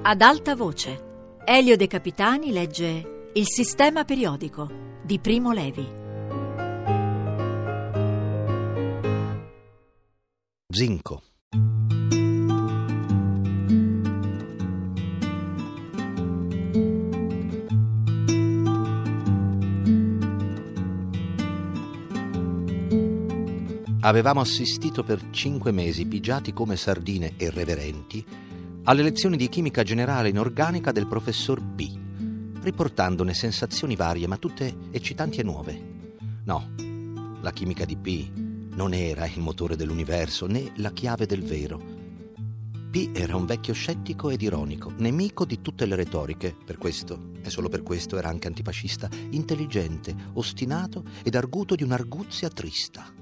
Ad alta voce, Elio De Capitani legge Il sistema periodico di Primo Levi. Zinco. Avevamo assistito per 5 mesi, pigiati come sardine e reverenti, alle lezioni di chimica generale inorganica del professor P, riportandone sensazioni varie, ma tutte eccitanti e nuove. No, la chimica di P non era il motore dell'universo, né la chiave del vero. P era un vecchio scettico ed ironico, nemico di tutte le retoriche, per questo, e solo per questo era anche antifascista, intelligente, ostinato ed arguto di un'arguzia trista.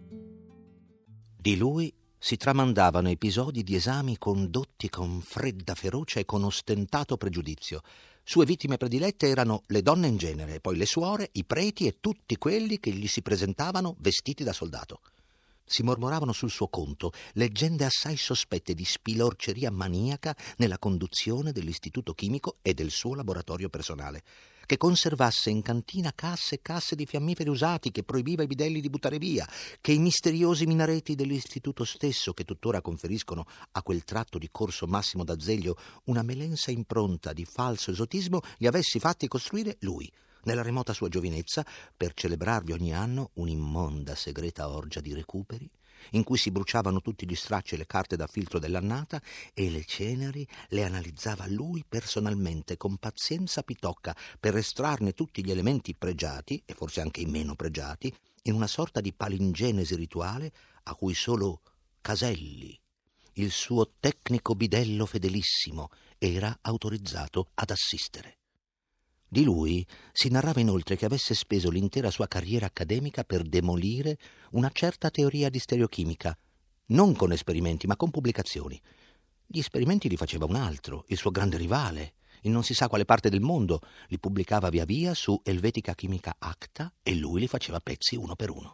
Di lui si tramandavano episodi di esami condotti con fredda ferocia e con ostentato pregiudizio. Sue vittime predilette erano le donne in genere, poi le suore, i preti e tutti quelli che gli si presentavano vestiti da soldato. Si mormoravano sul suo conto leggende assai sospette di spilorceria maniaca nella conduzione dell'istituto chimico e del suo laboratorio personale, che conservasse in cantina casse e casse di fiammiferi usati, che proibiva ai bidelli di buttare via, che i misteriosi minareti dell'istituto stesso, che tuttora conferiscono a quel tratto di Corso Massimo d'Azeglio una melensa impronta di falso esotismo, li avessi fatti costruire lui, nella remota sua giovinezza, per celebrarvi ogni anno un'immonda segreta orgia di recuperi, in cui si bruciavano tutti gli stracci e le carte da filtro dell'annata, e le ceneri le analizzava lui personalmente con pazienza pitocca, per estrarne tutti gli elementi pregiati, e forse anche i meno pregiati, in una sorta di palingenesi rituale a cui solo Caselli, il suo tecnico bidello fedelissimo, era autorizzato ad assistere. Di lui si narrava inoltre che avesse speso l'intera sua carriera accademica per demolire una certa teoria di stereochimica, non con esperimenti ma con pubblicazioni. Gli esperimenti li faceva un altro, il suo grande rivale, in non si sa quale parte del mondo, li pubblicava via via su Helvetica Chimica Acta e lui li faceva pezzi uno per uno.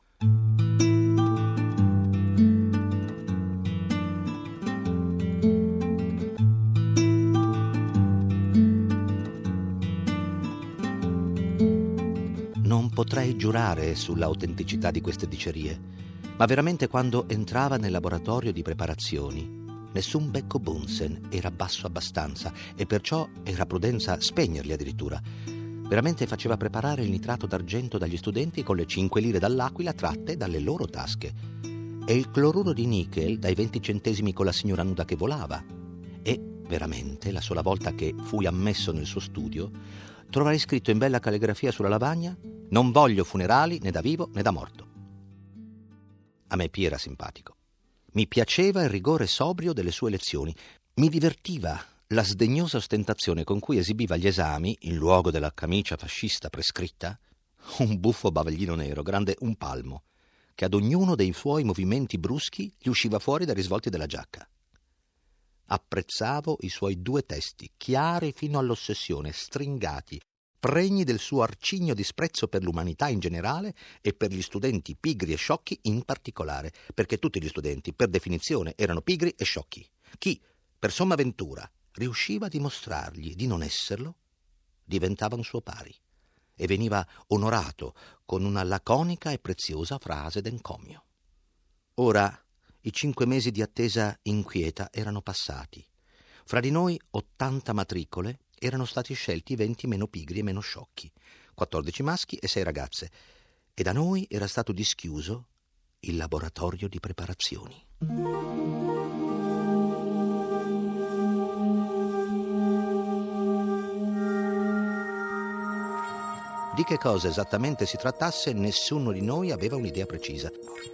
Non potrei giurare sulla autenticità di queste dicerie, ma veramente quando entrava nel laboratorio di preparazioni, nessun becco Bunsen era basso abbastanza e perciò era prudenza spegnerli addirittura. Veramente faceva preparare il nitrato d'argento dagli studenti con le 5 lire dall'Aquila tratte dalle loro tasche e il cloruro di nichel dai 20 centesimi con la signora nuda che volava. E veramente la sola volta che fui ammesso nel suo studio trovai scritto in bella calligrafia sulla lavagna: non voglio funerali né da vivo né da morto. A me P era simpatico. Mi piaceva il rigore sobrio delle sue lezioni. Mi divertiva la sdegnosa ostentazione con cui esibiva gli esami, in luogo della camicia fascista prescritta, un buffo bavaglino nero, grande un palmo, che ad ognuno dei suoi movimenti bruschi gli usciva fuori dai risvolti della giacca. Apprezzavo i suoi 2 testi, chiari fino all'ossessione, stringati, pregni del suo arcigno disprezzo per l'umanità in generale e per gli studenti pigri e sciocchi in particolare, perché tutti gli studenti, per definizione, erano pigri e sciocchi. Chi, per somma ventura, riusciva a dimostrargli di non esserlo, diventava un suo pari e veniva onorato con una laconica e preziosa frase d'encomio. Ora, i 5 mesi di attesa inquieta erano passati. Fra di noi 80 matricole, erano stati scelti 20 meno pigri e meno sciocchi, 14 maschi e 6 ragazze, e da noi era stato dischiuso il laboratorio di preparazioni. Di che cosa esattamente si trattasse, nessuno di noi aveva un'idea precisa.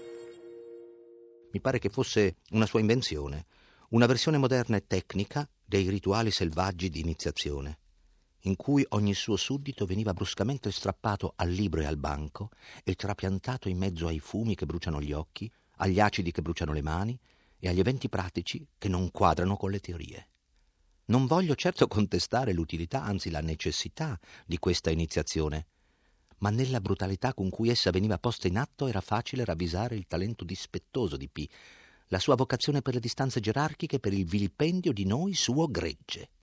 Mi pare che fosse una sua invenzione, una versione moderna e tecnica dei rituali selvaggi di iniziazione, in cui ogni suo suddito veniva bruscamente strappato al libro e al banco e trapiantato in mezzo ai fumi che bruciano gli occhi, agli acidi che bruciano le mani e agli eventi pratici che non quadrano con le teorie. Non voglio certo contestare l'utilità, anzi la necessità di questa iniziazione, ma nella brutalità con cui essa veniva posta in atto era facile ravvisare il talento dispettoso di P, la sua vocazione per le distanze gerarchiche, per il vilipendio di noi suo gregge.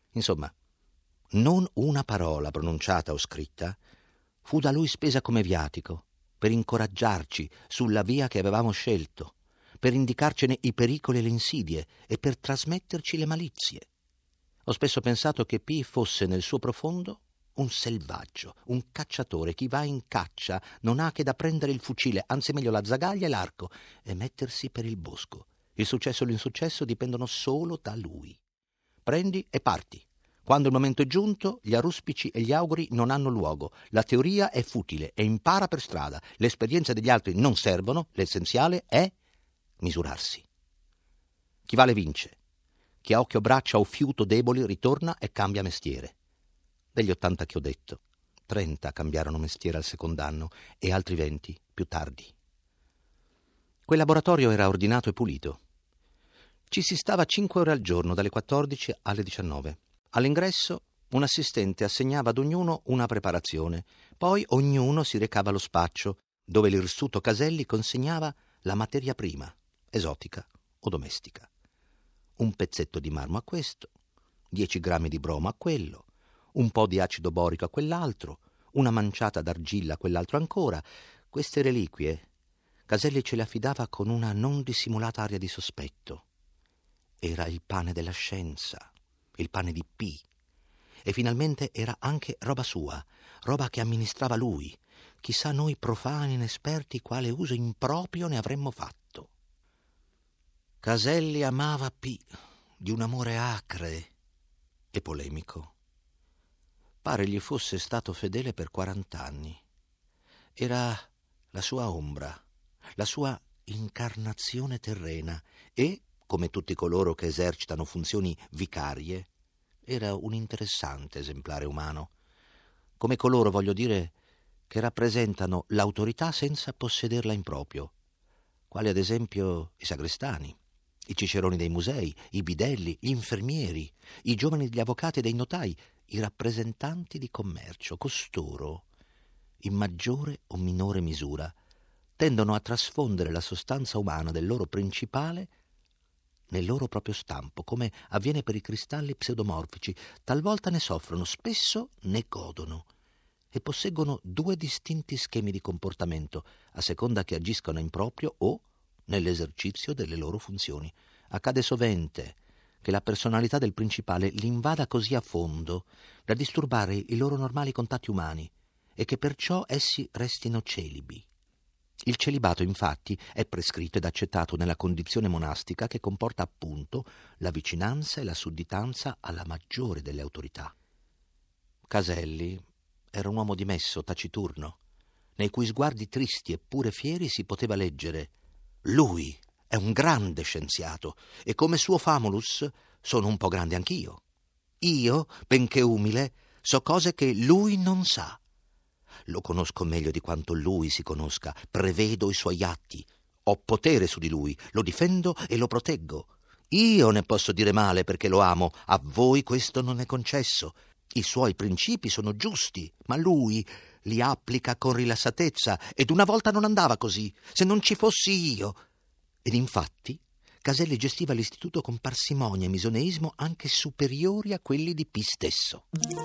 Insomma, non una parola pronunciata o scritta fu da lui spesa come viatico per incoraggiarci sulla via che avevamo scelto, per indicarcene i pericoli e le insidie e per trasmetterci le malizie. Ho spesso pensato che P fosse nel suo profondo un selvaggio, un cacciatore. Chi va in caccia non ha che da prendere il fucile, anzi meglio la zagaglia e l'arco, e mettersi per il bosco. Il successo e l'insuccesso dipendono solo da lui. Prendi e parti. Quando il momento è giunto, gli aruspici e gli auguri non hanno luogo. La teoria è futile e impara per strada. Le esperienze degli altri non servono. L'essenziale è misurarsi. Chi vale vince. Chi ha occhio, braccia o fiuto deboli ritorna e cambia mestiere. Degli 80 che ho detto, 30 cambiarono mestiere al secondo anno e altri 20 più tardi. Quel laboratorio era ordinato e pulito. Ci si stava 5 ore al giorno, dalle 14 alle 19. All'ingresso un assistente assegnava ad ognuno una preparazione, poi ognuno si recava allo spaccio, dove l'irsuto Caselli consegnava la materia prima, esotica o domestica. Un pezzetto di marmo a questo, 10 grammi di bromo a quello, un po' di acido borico a quell'altro, una manciata d'argilla a quell'altro ancora. Queste reliquie Caselli ce le affidava con una non dissimulata aria di sospetto. Era il pane della scienza, il pane di P. E finalmente era anche roba sua, roba che amministrava lui. Chissà noi profani inesperti quale uso improprio ne avremmo fatto. Caselli amava P di un amore acre e polemico. Pare gli fosse stato fedele per 40 anni. Era la sua ombra, la sua incarnazione terrena e, come tutti coloro che esercitano funzioni vicarie, era un interessante esemplare umano. Come coloro, voglio dire, che rappresentano l'autorità senza possederla in proprio, quali ad esempio i sagrestani, i ciceroni dei musei, i bidelli, gli infermieri, i giovani degli avvocati e dei notai, i rappresentanti di commercio. Costoro, in maggiore o minore misura, tendono a trasfondere la sostanza umana del loro principale nel loro proprio stampo, come avviene per i cristalli pseudomorfici. Talvolta ne soffrono, spesso ne godono, e posseggono 2 distinti schemi di comportamento, a seconda che agiscano in proprio o nell'esercizio delle loro funzioni. Accade sovente che la personalità del principale li invada così a fondo da disturbare i loro normali contatti umani e che perciò essi restino celibi. Il celibato, infatti, è prescritto ed accettato nella condizione monastica che comporta appunto la vicinanza e la sudditanza alla maggiore delle autorità. Caselli era un uomo dimesso, taciturno, nei cui sguardi tristi eppure fieri si poteva leggere: lui è un grande scienziato e come suo famulus sono un po' grande anch'io. Io, benché umile, so cose che lui non sa. Lo conosco meglio di quanto lui si conosca, prevedo i suoi atti, ho potere su di lui, lo difendo e lo proteggo. Io ne posso dire male perché lo amo, a voi questo non è concesso. I suoi principi sono giusti, ma lui li applica con rilassatezza ed una volta non andava così, se non ci fossi io. Ed infatti Caselli gestiva l'istituto con parsimonia e misoneismo anche superiori a quelli di P stesso.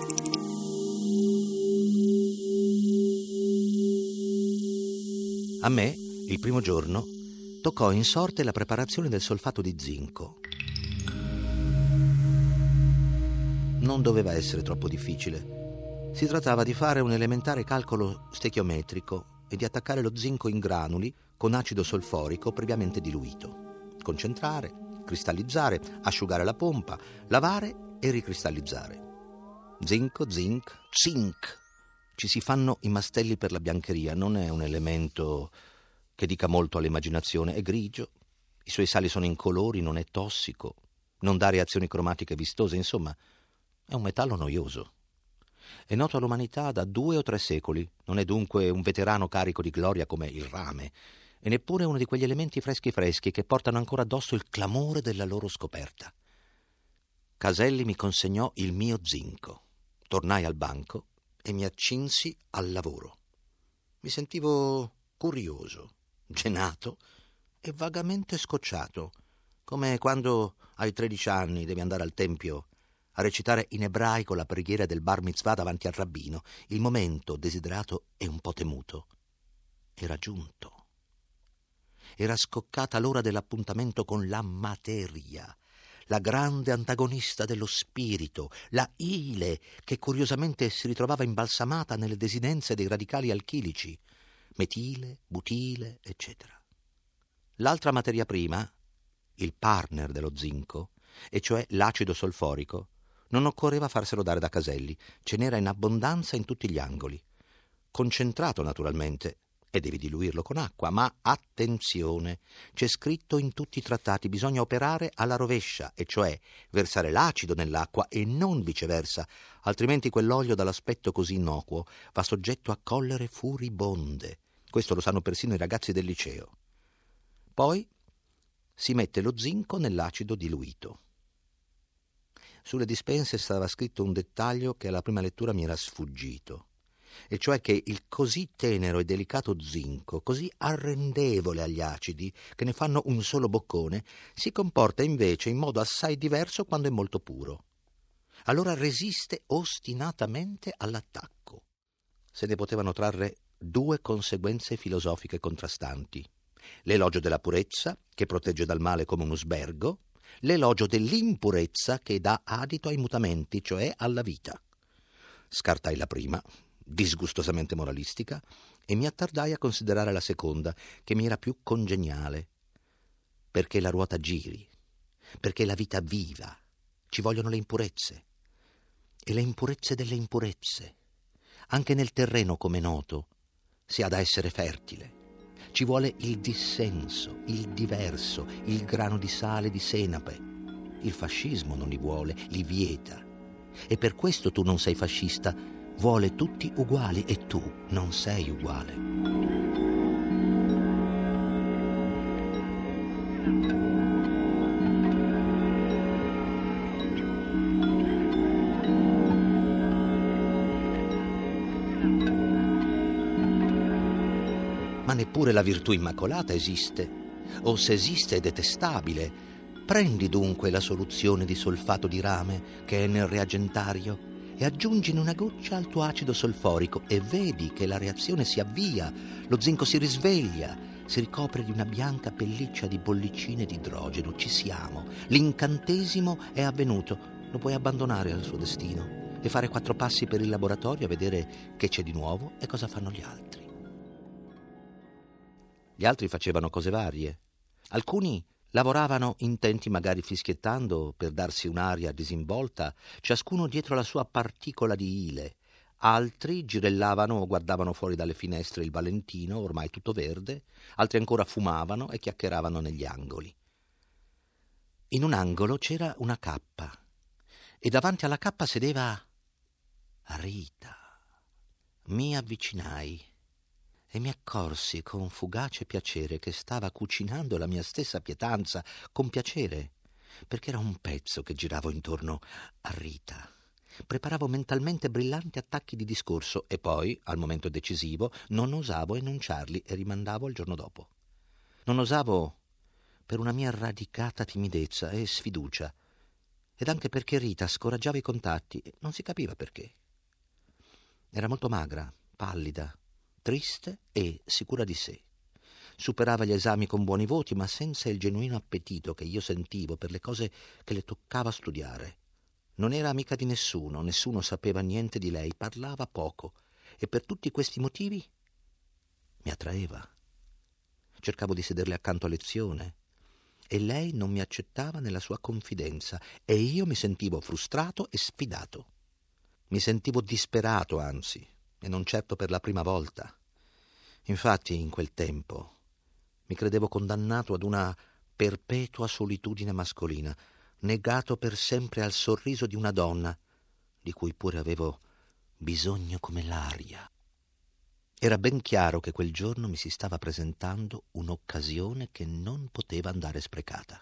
A me, il primo giorno, toccò in sorte la preparazione del solfato di zinco. Non doveva essere troppo difficile. Si trattava di fare un elementare calcolo stechiometrico e di attaccare lo zinco in granuli con acido solforico previamente diluito. Concentrare, cristallizzare, asciugare la pompa, lavare e ricristallizzare. Zinco, zinc, zinc. Ci si fanno i mastelli per la biancheria, non è un elemento che dica molto all'immaginazione, è grigio, i suoi sali sono incolori, non è tossico, non dà reazioni cromatiche vistose, insomma, è un metallo noioso. È noto all'umanità da 2 o 3 secoli, non è dunque un veterano carico di gloria come il rame, e neppure uno di quegli elementi freschi che portano ancora addosso il clamore della loro scoperta. Caselli mi consegnò il mio zinco. Tornai al banco e mi accinsi al lavoro. Mi sentivo curioso, genato e vagamente scocciato, come quando ai 13 anni devi andare al tempio a recitare in ebraico la preghiera del bar mitzvah davanti al rabbino, il momento desiderato e un po' temuto era giunto. Era scoccata l'ora dell'appuntamento con la materia, la grande antagonista dello spirito, la ile che curiosamente si ritrovava imbalsamata nelle desinenze dei radicali alchilici, metile, butile, eccetera. L'altra materia prima, il partner dello zinco, e cioè l'acido solforico, non occorreva farselo dare da Caselli, ce n'era in abbondanza in tutti gli angoli. Concentrato naturalmente, e devi diluirlo con acqua, ma attenzione, c'è scritto in tutti i trattati, bisogna operare alla rovescia, e cioè versare l'acido nell'acqua e non viceversa, altrimenti quell'olio dall'aspetto così innocuo va soggetto a collere furibonde. Questo lo sanno persino i ragazzi del liceo. Poi si mette lo zinco nell'acido diluito. Sulle dispense stava scritto un dettaglio che alla prima lettura mi era sfuggito, e cioè che il così tenero e delicato zinco, così arrendevole agli acidi, che ne fanno un solo boccone, si comporta invece in modo assai diverso quando è molto puro. Allora resiste ostinatamente all'attacco. Se ne potevano trarre due conseguenze filosofiche contrastanti: l'elogio della purezza, che protegge dal male come un usbergo, l'elogio dell'impurezza, che dà adito ai mutamenti, cioè alla vita. Scartai la prima, disgustosamente moralistica, e mi attardai a considerare la seconda, che mi era più congeniale. Perché la ruota giri, perché la vita viva, ci vogliono le impurezze, e le impurezze delle impurezze. Anche nel terreno, come noto, si ha da essere fertile. Ci vuole il dissenso, il diverso, il grano di sale di senape. Il fascismo non li vuole, li vieta. E per questo tu non sei fascista, vuole tutti uguali e tu non sei uguale. Ma neppure la virtù immacolata esiste, o se esiste è detestabile. Prendi dunque la soluzione di solfato di rame che è nel reagentario e aggiungine una goccia al tuo acido solforico e vedi che la reazione si avvia, lo zinco si risveglia, si ricopre di una bianca pelliccia di bollicine di idrogeno. Ci siamo, l'incantesimo è avvenuto, lo puoi abbandonare al suo destino e fare 4 passi per il laboratorio a vedere che c'è di nuovo e cosa fanno gli altri. Gli altri facevano cose varie. Alcuni lavoravano intenti, magari fischiettando per darsi un'aria disinvolta, ciascuno dietro la sua particola di ile. Altri girellavano o guardavano fuori dalle finestre il Valentino, ormai tutto verde. Altri ancora fumavano e chiacchieravano negli angoli. In un angolo c'era una cappa e davanti alla cappa sedeva Rita. Mi avvicinai e mi accorsi con fugace piacere che stava cucinando la mia stessa pietanza, con piacere, perché era un pezzo che giravo intorno a Rita. Preparavo mentalmente brillanti attacchi di discorso e poi, al momento decisivo, non osavo enunciarli e rimandavo al giorno dopo. Non osavo per una mia radicata timidezza e sfiducia, ed anche perché Rita scoraggiava i contatti e non si capiva perché. Era molto magra, pallida, triste e sicura di sé. Superava gli esami con buoni voti, ma senza il genuino appetito che io sentivo per le cose che le toccava studiare. Non era amica di nessuno, nessuno sapeva niente di lei, parlava poco e per tutti questi motivi mi attraeva. Cercavo di sederle accanto a lezione e lei non mi accettava nella sua confidenza e io mi sentivo frustrato e sfidato. Mi sentivo disperato, anzi, e non certo per la prima volta. Infatti, in quel tempo, mi credevo condannato ad una perpetua solitudine mascolina, negato per sempre al sorriso di una donna, di cui pure avevo bisogno come l'aria. Era ben chiaro che quel giorno mi si stava presentando un'occasione che non poteva andare sprecata.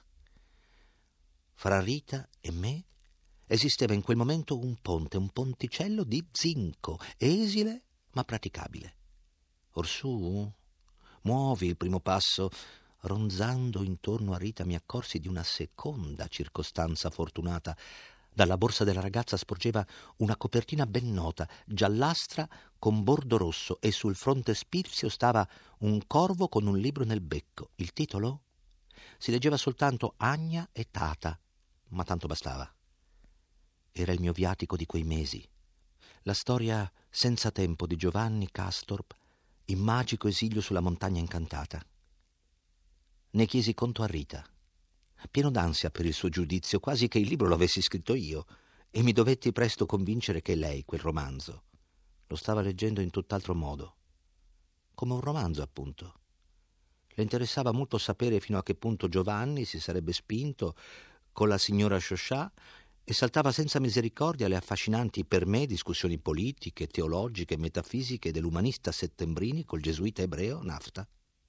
Fra Rita e me esisteva in quel momento un ponte, un ponticello di zinco, esile ma praticabile. Orsù, muovi il primo passo. Ronzando intorno a Rita mi accorsi di una seconda circostanza fortunata. Dalla borsa della ragazza sporgeva una copertina ben nota, giallastra con bordo rosso, e sul frontespizio stava un corvo con un libro nel becco. Il titolo? Si leggeva soltanto Agna e Tata, ma tanto bastava. Era il mio viatico di quei mesi. La storia senza tempo di Giovanni Castorp in magico esilio sulla montagna incantata. Ne chiesi conto a Rita, pieno d'ansia per il suo giudizio, quasi che il libro lo avessi scritto io, e mi dovetti presto convincere che lei, quel romanzo, lo stava leggendo in tutt'altro modo. Come un romanzo, appunto. Le interessava molto sapere fino a che punto Giovanni si sarebbe spinto con la signora Chauchat, e saltava senza misericordia le affascinanti per me discussioni politiche, teologiche e metafisiche dell'umanista Settembrini col gesuita ebreo Nafta.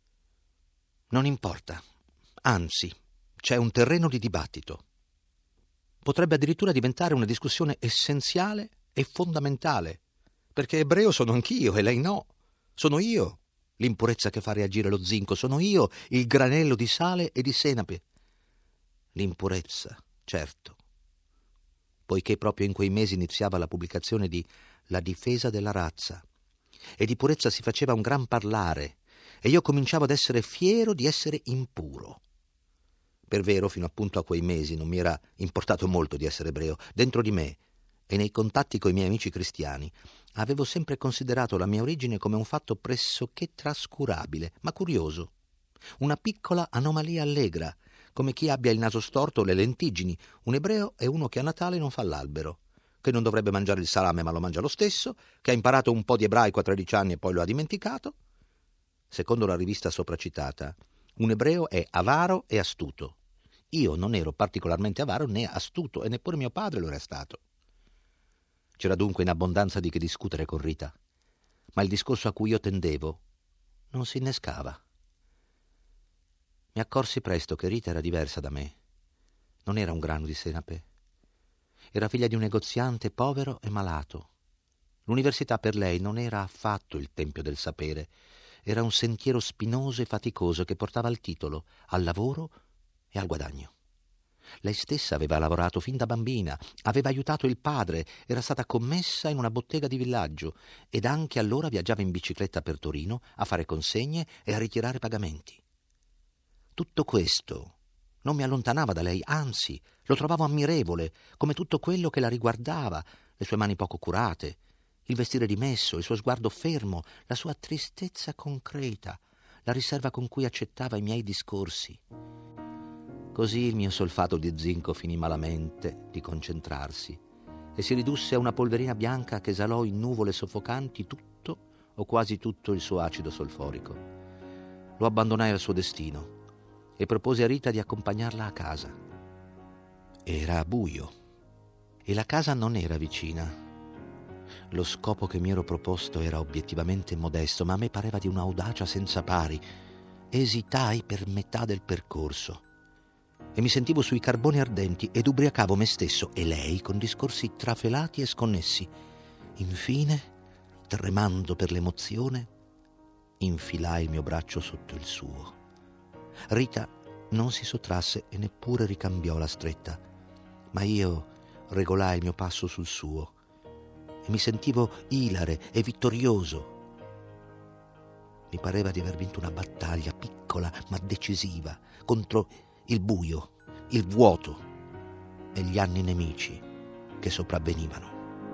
Non importa, anzi, c'è un terreno di dibattito. Potrebbe addirittura diventare una discussione essenziale e fondamentale, perché ebreo sono anch'io e lei no. Sono io l'impurezza che fa reagire lo zinco, sono io il granello di sale e di senape. L'impurezza, certo, poiché proprio in quei mesi iniziava la pubblicazione di La difesa della razza, e di purezza si faceva un gran parlare, e io cominciavo ad essere fiero di essere impuro. Per vero, fino appunto a quei mesi non mi era importato molto di essere ebreo. Dentro di me e nei contatti coi miei amici cristiani avevo sempre considerato la mia origine come un fatto pressoché trascurabile, ma curioso. Una piccola anomalia allegra, come chi abbia il naso storto o le lentiggini. Un ebreo è uno che a Natale non fa l'albero, che non dovrebbe mangiare il salame ma lo mangia lo stesso, che ha imparato un po' di ebraico a 13 anni e poi lo ha dimenticato. Secondo la rivista sopracitata, un ebreo è avaro e astuto. Io non ero particolarmente avaro né astuto, e neppure mio padre lo era stato. C'era dunque in abbondanza di che discutere con Rita, ma il discorso a cui io tendevo non si innescava. Mi accorsi presto che Rita era diversa da me. Non era un grano di senape. Era figlia di un negoziante povero e malato. L'università per lei non era affatto il tempio del sapere. Era un sentiero spinoso e faticoso che portava al titolo, al lavoro e al guadagno. Lei stessa aveva lavorato fin da bambina, aveva aiutato il padre, era stata commessa in una bottega di villaggio ed anche allora viaggiava in bicicletta per Torino a fare consegne e a ritirare pagamenti. Tutto questo non mi allontanava da lei, anzi, lo trovavo ammirevole, come tutto quello che la riguardava, le sue mani poco curate, il vestire dimesso, il suo sguardo fermo, la sua tristezza concreta, la riserva con cui accettava i miei discorsi. Così il mio solfato di zinco finì malamente di concentrarsi e si ridusse a una polverina bianca che esalò in nuvole soffocanti tutto o quasi tutto il suo acido solforico. Lo abbandonai al suo destino e proposi a Rita di accompagnarla a casa. Era buio e la casa non era vicina. Lo scopo che mi ero proposto era obiettivamente modesto, ma a me pareva di un'audacia senza pari. Esitai per metà del percorso e mi sentivo sui carboni ardenti ed ubriacavo me stesso e lei con discorsi trafelati e sconnessi. Infine, tremando per l'emozione, infilai il mio braccio sotto il suo. Rita non si sottrasse e neppure ricambiò la stretta, ma io regolai il mio passo sul suo e mi sentivo ilare e vittorioso. Mi pareva di aver vinto una battaglia piccola ma decisiva contro il buio, il vuoto e gli anni nemici che sopravvenivano.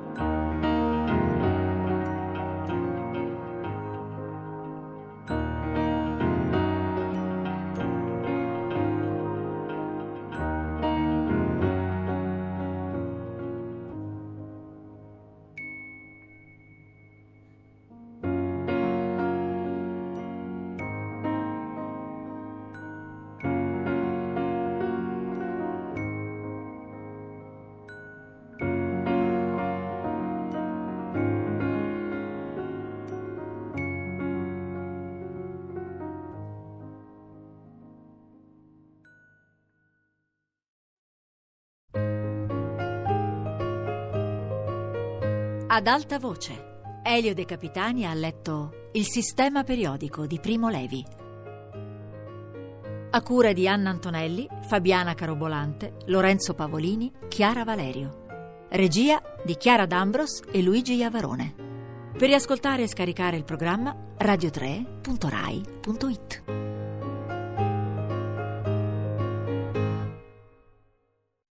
Ad alta voce, Elio De Capitani ha letto Il sistema periodico di Primo Levi. A cura di Anna Antonelli, Fabiana Carobolante, Lorenzo Pavolini, Chiara Valerio. Regia di Chiara D'Ambros e Luigi Iavarone. Per riascoltare e scaricare il programma radio3.rai.it.